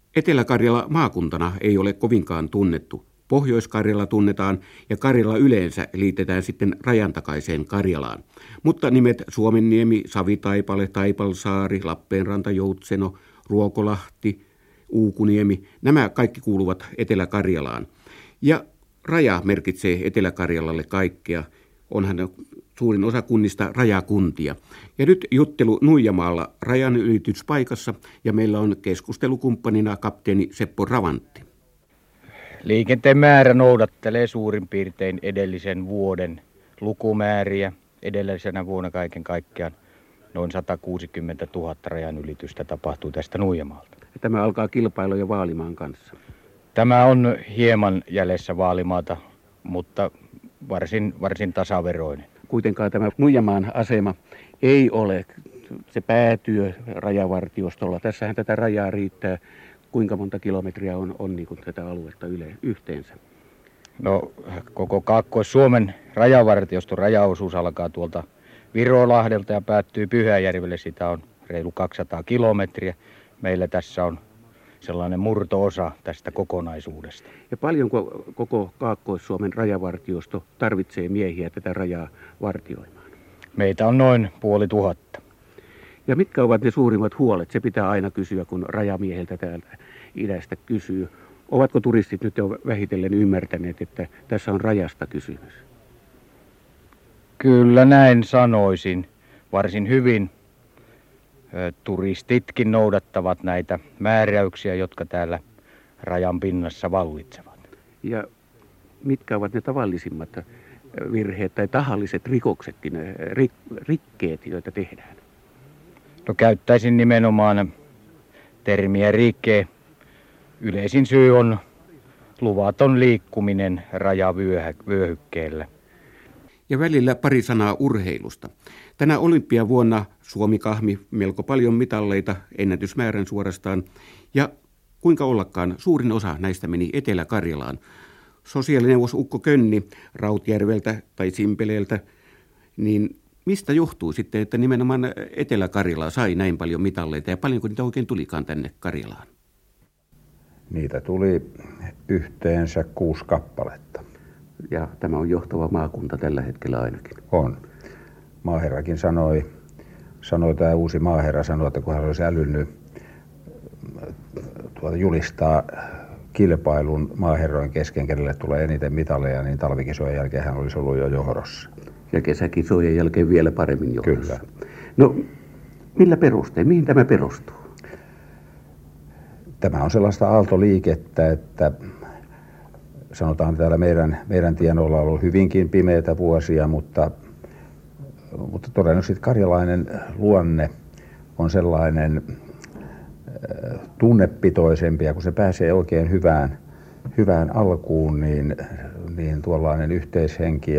Etelä-Karjala maakuntana ei ole kovinkaan tunnettu. Pohjois-Karjala tunnetaan ja Karjala yleensä liitetään sitten rajan takaiseen Karjalaan. Mutta nimet Suomenniemi, Savitaipale, Taipalsaari, Lappeenranta, Joutseno, Ruokolahti, Uukuniemi, nämä kaikki kuuluvat Etelä-Karjalaan. Ja raja merkitsee Etelä-Karjalalle kaikkea. Onhan suurin osa kunnista rajakuntia. Ja nyt juttelu Nuijamaalla rajanylityspaikassa ja meillä on keskustelukumppanina kapteeni Seppo Ravantti. Liikenteen määrä noudattelee suurin piirtein edellisen vuoden lukumääriä. Edellisenä vuonna kaiken kaikkiaan noin 160 000 rajanylitystä tapahtuu tästä Nuijamaalta. Tämä alkaa kilpailuja Vaalimaan kanssa. Tämä on hieman jäljessä Vaalimaata, mutta varsin tasaveroinen. Kuitenkaan tämä Nuijamaan asema ei ole se päätyö rajavartiostolla. Tässähän tätä rajaa riittää. Kuinka monta kilometriä on niin kuin tätä aluetta yhteensä? No, koko Kaakkois-Suomen rajavartioston rajaosuus alkaa tuolta Virolahdelta ja päättyy Pyhäjärvelle. Sitä on reilu 200 kilometriä. Meillä tässä on sellainen murto-osa tästä kokonaisuudesta. Ja paljonko koko Kaakkois-Suomen rajavartiosto tarvitsee miehiä tätä rajaa vartioimaan? Meitä on noin 500. Ja mitkä ovat ne suurimmat huolet? Se pitää aina kysyä, kun rajamieheltä täältä idästä kysyy. Ovatko turistit nyt jo vähitellen ymmärtäneet, että tässä on rajasta kysymys? Kyllä näin sanoisin. Varsin hyvin turistitkin noudattavat näitä määräyksiä, jotka täällä rajan pinnassa vallitsevat. Ja mitkä ovat ne tavallisimmat virheet tai tahalliset rikoksetkin, rikkeet, joita tehdään? No, käyttäisin nimenomaan termiä rike. Yleisin syy on luvaton liikkuminen rajavyöhykkeellä. Ja välillä pari sanaa urheilusta. Tänä olympiavuonna Suomi kahmi melko paljon mitalleita, ennätysmäärän suorastaan. Ja kuinka ollakaan, suurin osa näistä meni Etelä-Karjalaan. Sosiaalineuvos Ukko Könni Rautjärveltä tai Simpeleeltä, niin mistä johtuu sitten, että nimenomaan Etelä-Karjala sai näin paljon mitalleita ja paljonko niitä oikein tulikaan tänne Karjalaan? Niitä tuli yhteensä 6 kappaletta. Ja tämä on johtava maakunta tällä hetkellä ainakin. On. Maaherrakin sanoi tämä uusi maaherra sanoi, että kun hän olisi älynnyt julistaa kilpailun maaherrojen kesken, kenelle tulee eniten mitaleja, niin talvikisojen jälkeen hän olisi ollut jo johdossa. Ja kesäkisojen jälkeen vielä paremmin johdossa. Kyllä. No, millä perustein? Mihin tämä perustuu? Tämä on sellaista aaltoliikettä, että sanotaan täällä meidän tienoilla on ollut hyvinkin pimeitä vuosia, mutta todennäköisesti karjalainen luonne on sellainen tunnepitoisempi, ja kun se pääsee oikein hyvään alkuun, niin tuollainen yhteishenki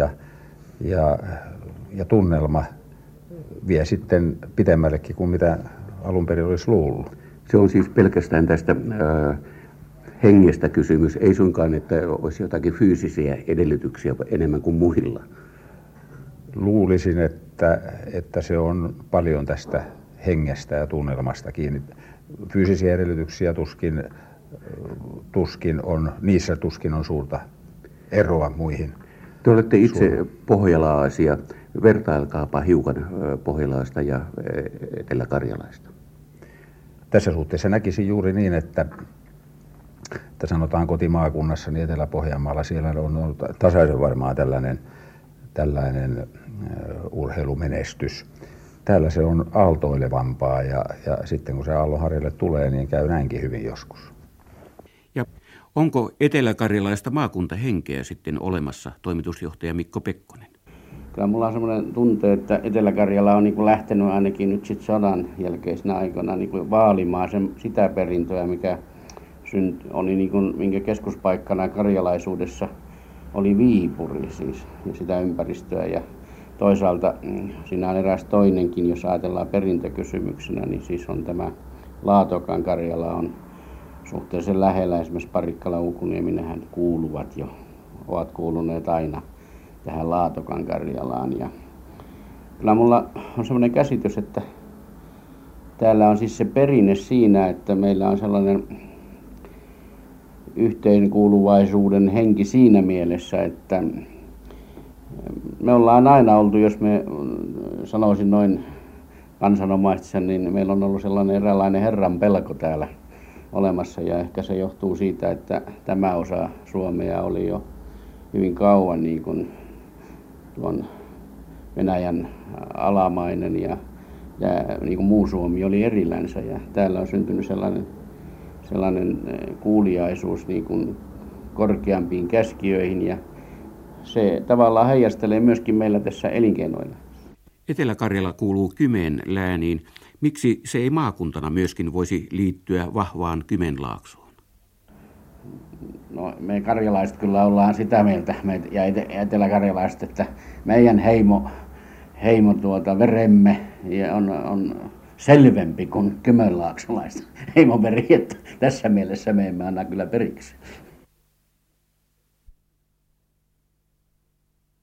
ja tunnelma vie sitten pidemmällekin kuin mitä alun perin olisi luullut. Se on siis pelkästään tästä hengestä kysymys, ei suinkaan, että olisi jotakin fyysisiä edellytyksiä enemmän kuin muilla. Luulisin, että se on paljon tästä hengestä ja tunnelmastakin. Fyysisiä edellytyksiä niissä tuskin on suurta eroa muihin. Te olette itse pohjalaisia. Vertailkaapa hiukan pohjalaista ja eteläkarjalaista. Tässä suhteessa näkisin juuri niin, että sanotaan kotimaakunnassa, niin Etelä-Pohjanmaalla siellä on tasaisen varmaan tällainen urheilumenestys. Täällä se on aaltoilevampaa ja sitten kun se aallonharjalle tulee, niin käy näinkin hyvin joskus. Ja onko eteläkarjalaista maakuntahenkeä sitten olemassa, toimitusjohtaja Mikko Pekkonen? Kyllä mulla on semmoinen tunte, että Etelä-Karjala on niin lähtenyt ainakin nyt sitten sodan jälkeisenä aikana niin vaalimaan sitä perintöä, mikä oli niin kuin, minkä keskuspaikkana karjalaisuudessa oli Viipuri siis, ja sitä ympäristöä. Ja toisaalta siinä on eräs toinenkin, jos ajatellaan perintökysymyksenä, niin siis on tämä Laatokan Karjala on suhteellisen lähellä. Esimerkiksi Parikkala, Uukuniemi, nehän ovat kuuluneet aina tähän Laatokan Karjalaan. Ja kyllä mulla on sellainen käsitys, että täällä on siis se perinne siinä, että meillä on sellainen yhteenkuuluvaisuuden henki siinä mielessä, että me ollaan aina oltu, jos me sanoisin noin kansanomaisesti, niin meillä on ollut sellainen eräänlainen herran pelko täällä olemassa, ja ehkä se johtuu siitä, että tämä osa Suomea oli jo hyvin kauan niin kuin tuon Venäjän alamainen ja niin kuin muu Suomi oli erillänsä, ja täällä on syntynyt sellainen kuuliaisuus niin kuin korkeampiin käskijöihin, ja se tavallaan heijastelee myöskin meillä tässä elinkeinoilla. Etelä-Karjala kuuluu Kymen lääniin. Miksi se ei maakuntana myöskin voisi liittyä vahvaan Kymenlaaksoon? No, me karjalaiset kyllä ollaan sitä mieltä, ja eteläkarjalaiset, että meidän heimo veremme on selvempi kuin kymenlaaksolaista heimoperi, että tässä mielessä me emme anna kyllä periksi.